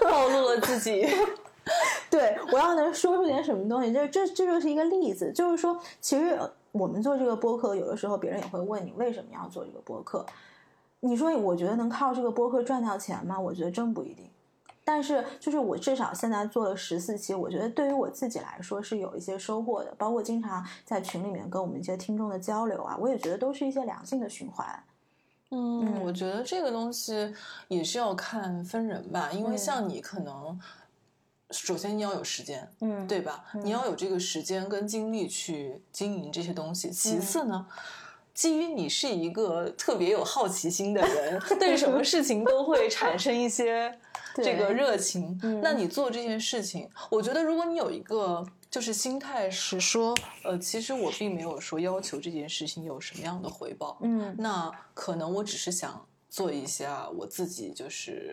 暴露了自己。 对，我要能说出点什么东西，这这这就是一个例子，就是说，其实我们做这个播客，有的时候别人也会问你为什么要做这个播客。你说我觉得能靠这个播客赚到钱吗？我觉得真不一定。但是就是我至少现在做了十四期，我觉得对于我自己来说是有一些收获的，包括经常在群里面跟我们一些听众的交流啊，我也觉得都是一些良性的循环。 嗯，嗯我觉得这个东西也是要看分人吧，因为像你可能。首先你要有时间， 嗯， 对吧？ 嗯、 你要有这个时间跟精力去经营这些东西。其次呢，嗯、基于你是一个特别有好奇心的人，对什么事情都会产生一些这个热情。那你做这件事情，我觉得如果你有一个就是心态是说，呃，其实我并没有说要求这件事情有什么样的回报， 嗯， 那可能我只是想做一下我自己就是。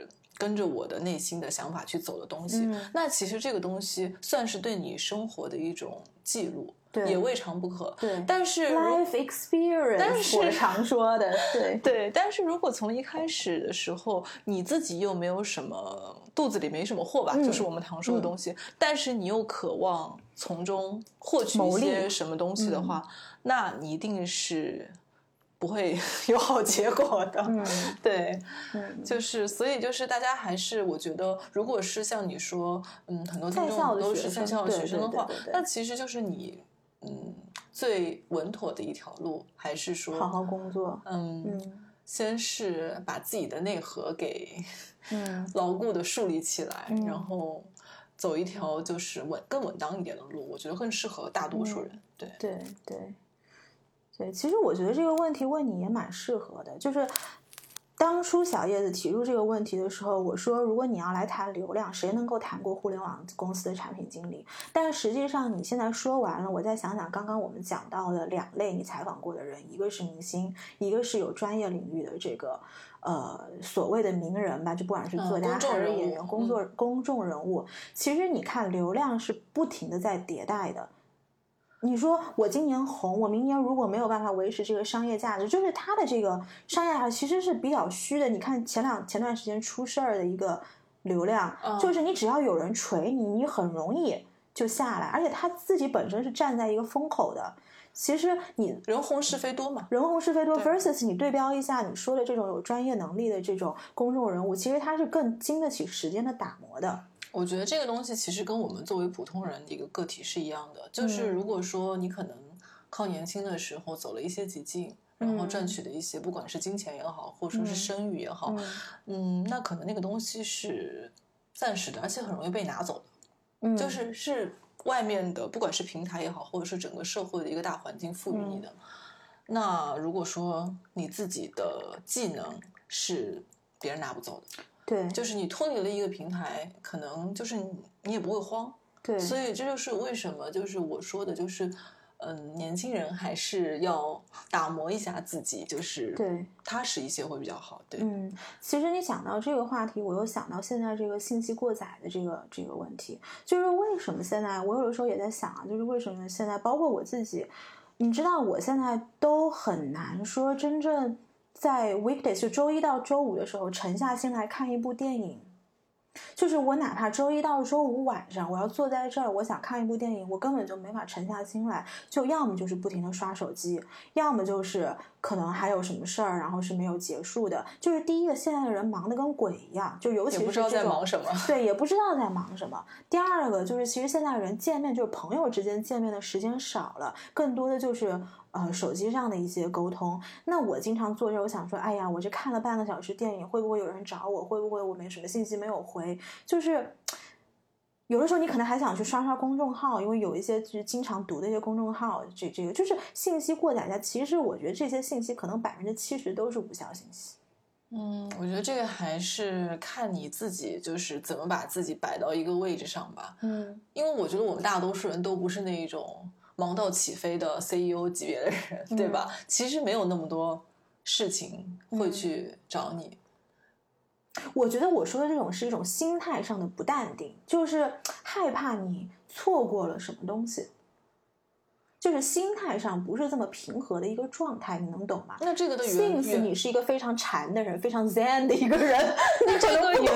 跟着我的内心的想法去走的东西、嗯、那其实这个东西算是对你生活的一种记录， 对， 也未尝不可。 对， 但是 life experience 但是我常说的，对对。但是如果从一开始的时候你自己又没有什么肚子里没什么货吧、嗯、就是我们常说的东西、嗯、但是你又渴望从中获取一些什么东西的话、嗯、那你一定是不会有好结果的， 嗯， 对， 嗯， 就是所以就是大家还是我觉得，如果是像你说，嗯，很多听众都是在校的学生的话，那其实就是你，嗯，最稳妥的一条路，还是说好好工作， 嗯， 嗯先是把自己的内核给嗯牢固的树立起来， 嗯、 然后走一条就是稳更稳当一点的路，我觉得更适合大多数人， 嗯、 对对对。对，其实我觉得这个问题问你也蛮适合的，就是当初小叶子提出这个问题的时候，我说如果你要来谈流量，谁能够谈过互联网公司的产品经理？但实际上你现在说完了，我再想想刚刚我们讲到的两类你采访过的人，一个是明星，一个是有专业领域的这个呃所谓的名人吧，就不管是作家还是演员、 嗯、 工作公众人物，其实你看流量是不停的在迭代的。你说我今年红，我明年如果没有办法维持这个商业价值，就是它的这个商业价值其实是比较虚的。你看前两前段时间出事儿的一个流量， 嗯、 就是你只要有人锤你，你很容易就下来，而且他自己本身是站在一个风口的。其实你人红是非多嘛， 人红是非多 versus 你对标一下你说的这种有专业能力的这种公众人物，其实他是更经得起时间的打磨的。 我觉得这个东西其实跟我们作为普通人的一个个体是一样的，就是如果说你可能靠年轻的时候走了一些捷径，然后赚取的一些不管是金钱也好，或者说是声誉也好，嗯，那可能那个东西是暂时的，而且很容易被拿走的， 嗯， 就是是外面的不管是平台也好，或者是整个社会的一个大环境赋予你的。那如果说你自己的技能是别人拿不走的， 对， 就是你脱离了一个平台，可能就是你你也不会慌， 对， 所以这就是为什么就是我说的，就是嗯，年轻人还是要打磨一下自己，就是对踏实一些会比较好。对， 嗯，其实你讲到这个话题，我又想到现在这个信息过载的这个这个问题，就是为什么现在我有的时候也在想啊，就是为什么现在包括我自己，你知道我现在都很难说真正。在 weekdays 就周一到周五的时候沉下心来看一部电影，就是我哪怕周一到周五晚上我要坐在这儿，我想看一部电影，我根本就没法沉下心来，就要么就是不停的刷手机，要么就是可能还有什么事儿然后是没有结束的。就是第一个，现在的人忙得跟鬼一样，就尤其是也不知道在忙什么， 对，也不知道在忙什么。第二个就是其实现在人见面，就是朋友之间见面的时间少了，更多的就是呃，手机上的一些沟通。那我经常坐这，我想说，哎呀，我这看了半个小时电影，会不会有人找我？会不会我没什么信息没有回？就是有的时候你可能还想去刷刷公众号，因为有一些就是经常读的一些公众号，这这个就是信息过载下，其实我觉得这些信息可能百分之七十都是无效信息。 嗯，我觉得这个还是看你自己，就是怎么把自己摆到一个位置上吧。 嗯， 因为我觉得我们大多数人都不是那一种忙到起飞的 C E O 级别的人，对吧？嗯、其实没有那么多事情会去找你。 嗯、我觉得我说的这种是一种心态上的不淡定，就是害怕你错过了什么东西，就是心态上不是这么平和的一个状态，你能懂吗？ 那这个的原因， 你是一个非常禅的人，非常 zen 的一个人， 那这个原因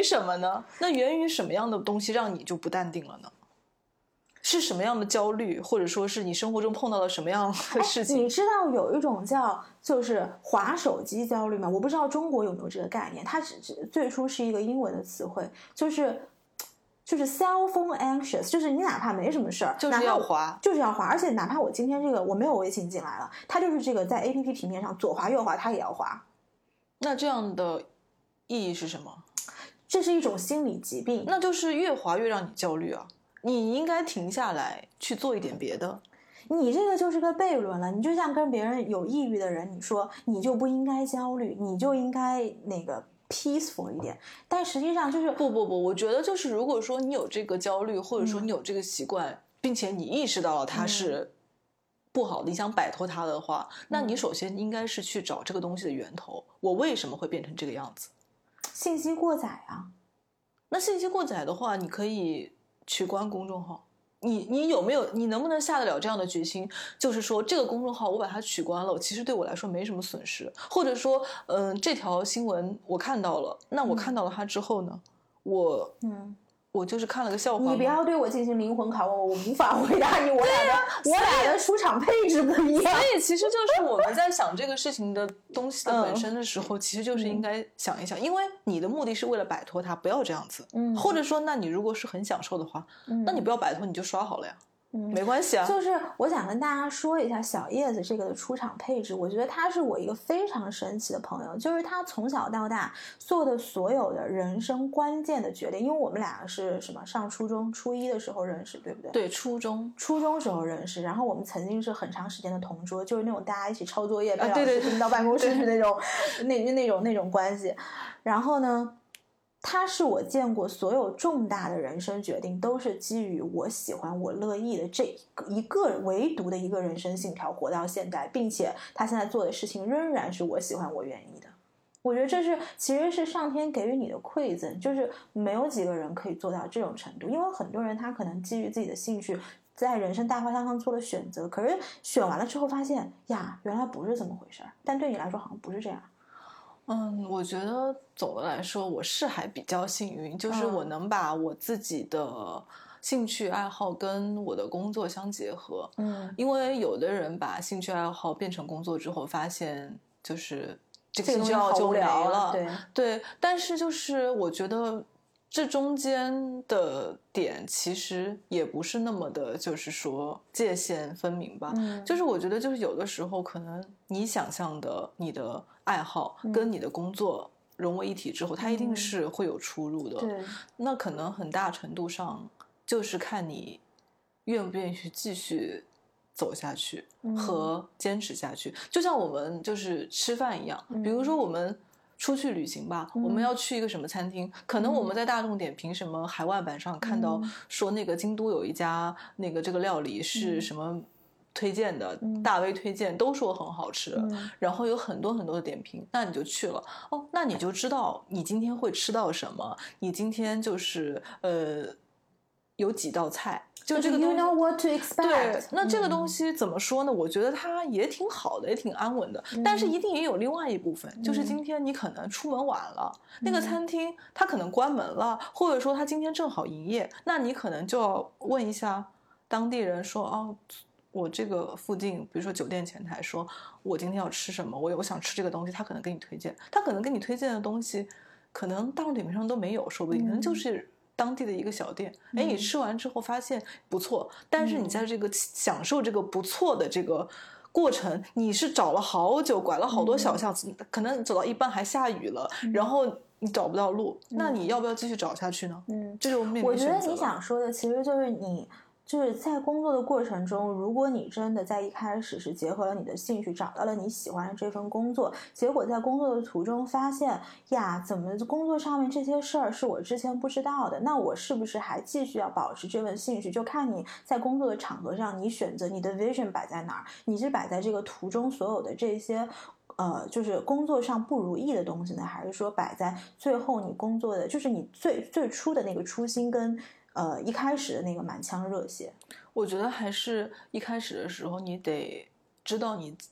什么呢？那源于什么样的东西让你就不淡定了呢？是什么样的焦虑，或者说是你生活中碰到了什么样的事情？ 你知道有一种叫就是滑手机焦虑吗？我不知道中国有没有这个概念，它只最初是一个英文的词汇，就是就是 cell phone anxious， 就是你哪怕没什么事儿， 就是要滑， 就是要滑，而且哪怕我今天这个我没有微信进来了，它就是这个在 A P P 平面上左滑右滑，它也要滑。 那这样的意义是什么？ 这是一种心理疾病。 那就是越滑越让你焦虑啊！你应该停下来去做一点别的。 你这个就是个悖论了，你就像跟别人有抑郁的人，你说你就不应该焦虑，你就应该那个 peaceful 一点，但实际上就是不不不，我觉得就是如果说你有这个焦虑，或者说你有这个习惯，嗯、并且你意识到了它是不好的，你想摆脱它的话，那你首先应该是去找这个东西的源头，我为什么会变成这个样子？ 信息过载啊。 那信息过载的话，你可以取关公众号。你你有没有你能不能下得了这样的决心？就是说这个公众号我把它取关了，其实对我来说没什么损失，或者说，嗯、呃，这条新闻我看到了，那我看到了它之后呢，我嗯。我就是看了个笑话。 你不要对我进行灵魂拷问，我无法回答你。我俩的、啊、我俩的出场配置不一样。 所以其实就是我们在想这个事情的东西的本身的时候，嗯、其实就是应该想一想，因为你的目的是为了摆脱它，不要这样子。嗯，或者说，那你如果是很享受的话，嗯、那你不要摆脱，你就刷好了呀。嗯，没关系啊。 就是我想跟大家说一下小叶子这个的出场配置，我觉得他是我一个非常神奇的朋友，就是他从小到大做的所有的人生关键的决定，因为我们俩是什么上初中初一的时候认识，对不对？ 对，初中初中时候认识，然后我们曾经是很长时间的同桌，就是那种大家一起抄作业，被老师盯到办公室去那种，那那种那种关系。然后呢？他是我见过所有重大的人生决定都是基于我喜欢我乐意的这一个唯独的一个人生信条活到现在，并且他现在做的事情仍然是我喜欢我愿意的。我觉得这是其实是上天给予你的馈赠，就是没有几个人可以做到这种程度，因为很多人他可能基于自己的兴趣在人生大方向上做了选择，可是选完了之后发现呀原来不是这么回事，但对你来说好像不是这样。 嗯，我觉得总的来说我是还比较幸运，就是我能把我自己的兴趣爱好跟我的工作相结合。嗯，因为有的人把兴趣爱好变成工作之后，发现就是这个兴趣爱好就没了。 对对，但是就是我觉得这中间的点其实也不是那么的，就是说界限分明吧。嗯，就是我觉得就是有的时候可能你想象的你的爱好跟你的工作融为一体之后，嗯、它一定是会有出入的。 对， 那可能很大程度上就是看你愿不愿意去继续走下去和坚持下去。嗯、就像我们就是吃饭一样，嗯、比如说我们出去旅行吧，嗯、我们要去一个什么餐厅，可能我们在大众点评什么海外版上看到说那个京都有一家那个这个料理是什么推荐的，嗯、大 V 推荐都说很好吃，嗯、然后有很多很多的点评，那你就去了哦，那你就知道你今天会吃到什么，你今天就是呃有几道菜。就这个东西 you know what to expect。 对，那这个东西怎么说呢？嗯、我觉得它也挺好的，也挺安稳的。嗯、但是一定也有另外一部分，嗯、就是今天你可能出门晚了，嗯、那个餐厅它可能关门了，或者说它今天正好营业，那你可能就要问一下当地人说，哦，我这个附近，比如说酒店前台说，我今天要吃什么，我有我想吃这个东西，他可能给你推荐，他可能给你推荐的东西，可能大众点评上都没有，说不定，嗯、可能就是当地的一个小店，哎，嗯，你吃完之后发现不错，但是你在这个享受这个不错的这个过程，你是找了好久，拐了好多小巷子，嗯、可能走到一半还下雨了，嗯、然后你找不到路，嗯、那你要不要继续找下去呢？嗯，这就面临选择了。 我觉得你想说的其实就是你。就是在工作的过程中，如果你真的在一开始是结合了你的兴趣，找到了你喜欢的这份工作，结果在工作的途中发现呀，怎么工作上面这些事儿是我之前不知道的，那我是不是还继续要保持这份兴趣？就看你在工作的场合上，你选择你的 vision 摆在哪儿，你是摆在这个途中所有的这些呃，就是工作上不如意的东西呢，还是说摆在最后你工作的，就是你最最初的那个初心跟呃，一开始的那个满腔热血？ 我觉得还是一开始的时候，你得知道你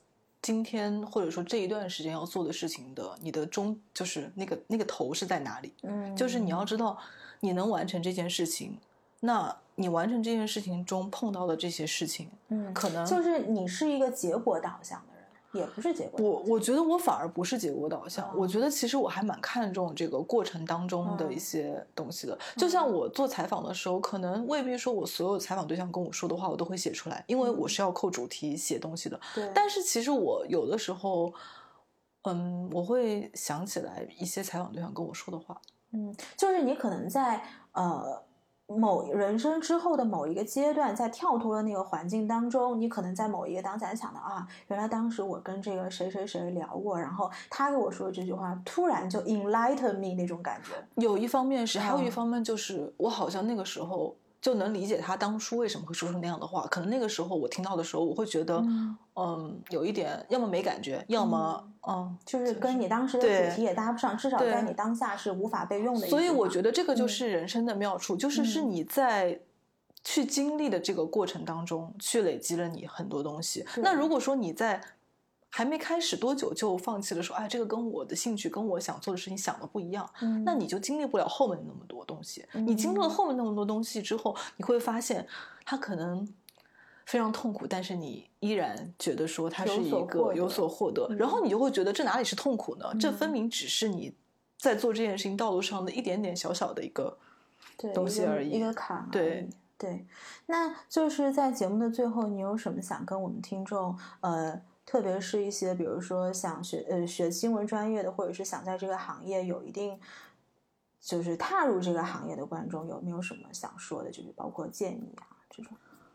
今天或者说这一段时间要做的事情的，你的终就是那个那个头是在哪里？ 嗯， 就是你要知道你能完成这件事情，那你完成这件事情中碰到的这些事情， 嗯， 可能就是你是一个结果导向的人，也不是结果导向。 我我觉得我反而不是结果导向， 哦我觉得其实我还蛮看重这个过程当中的一些东西的。就像我做采访的时候，可能未必说我所有采访对象跟我说的话我都会写出来，因为我是要扣主题写东西的。 对， 但是其实我有的时候，嗯，我会想起来一些采访对象跟我说的话。 嗯，就是你可能在呃某人生之后的某一个阶段，在跳脱的那个环境当中，你可能在某一个当下想到啊，原来当时我跟这个谁谁谁聊过，然后他给我说这句话，突然就 enlighten me 那种感觉。 有一方面是，还有一方面就是我好像那个时候就能理解他当初为什么会说出那样的话。可能那个时候我听到的时候，我会觉得，嗯，嗯有一点要么没感觉，要么嗯， 就是跟你当时的主题也搭不上，至少在你当下是无法被用的一句话。 所以我觉得这个就是人生的妙处，嗯、就是是你在去经历的这个过程当中，去累积了你很多东西。那如果说你在还没开始多久就放弃了说，哎，这个跟我的兴趣跟我想做的事情想的不一样，嗯、那你就经历不了后面那么多东西。嗯、你经历了后面那么多东西之后，你会发现它可能非常痛苦，但是你依然觉得说它是一个有所获得，然后你就会觉得这哪里是痛苦呢？嗯、这分明只是你在做这件事情道路上的一点点小小的一个东西而已， 一个坎而已。 对对，那就是在节目的最后，你有什么想跟我们听众呃？特别是一些比如说想学呃学新闻专业的，或者是想在这个行业有一定就是踏入这个行业的观众，有没有什么想说的？就是包括建议啊这种。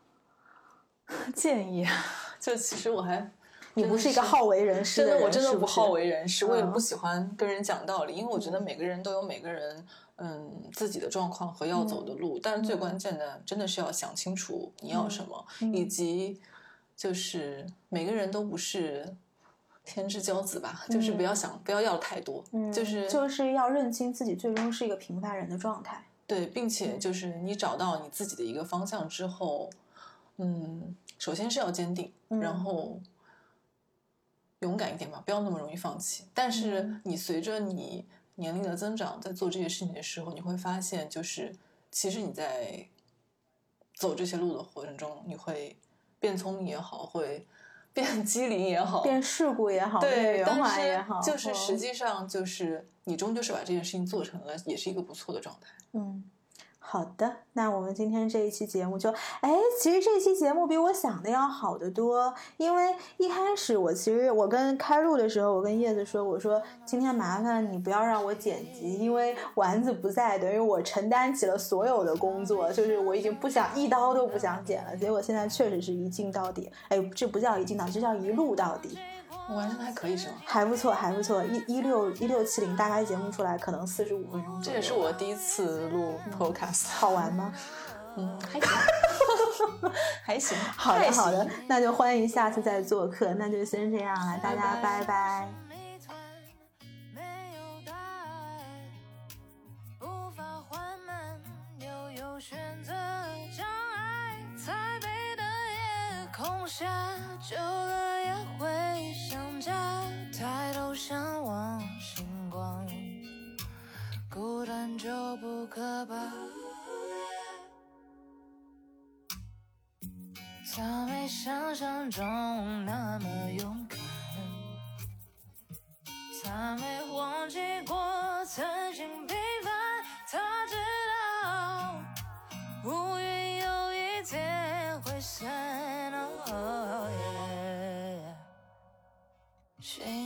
建议啊，就其实我还你不是一个好为人师的人， 真的我真的不好为是人师，我也不喜欢跟人讲道理，因为我觉得每个人都有每个人嗯自己的状况和要走的路，嗯、但是最关键的真的是要想清楚你要什么，嗯、以及。就是每个人都不是天之骄子吧，嗯、就是不要想不要要的太多， 嗯、 就是就是要认清自己最终是一个平凡人的状态。 对，并且就是你找到你自己的一个方向之后，嗯，首先是要坚定，嗯、然后勇敢一点吧，不要那么容易放弃。但是你随着你年龄的增长，在做这些事情的时候，你会发现，就是其实你在走这些路的过程中，你会。变聪明也好，会变机灵也好， 变世故也好， 对， 圆滑也好， 就是实际上就是你终究是把这件事情做成了，也是一个不错的状态。 嗯，好的，那我们今天这一期节目就，哎，其实这一期节目比我想的要好得多，因为一开始我其实我跟开录的时候，我跟叶子说，我说今天麻烦你不要让我剪辑，因为丸子不在，等于我承担起了所有的工作，就是我已经不想一刀都不想剪了，结果现在确实是一镜到底，哎，这不叫一镜到底，这叫一录到底。 我完成的还可以是吗？ 还不错，还不错，一一六一六七零，大概节目出来可能四十五分钟。 这也是我第一次录 podcast，、 嗯、好玩吗？ 嗯，还行，还行。 好的，好的，那就欢迎下次再做客，那就先这样了，大家拜拜。拜拜。孤单就不可怕，他没想象中那么勇敢，他没忘记过曾经平凡，他知道乌云有一天会散。Oh, yeah.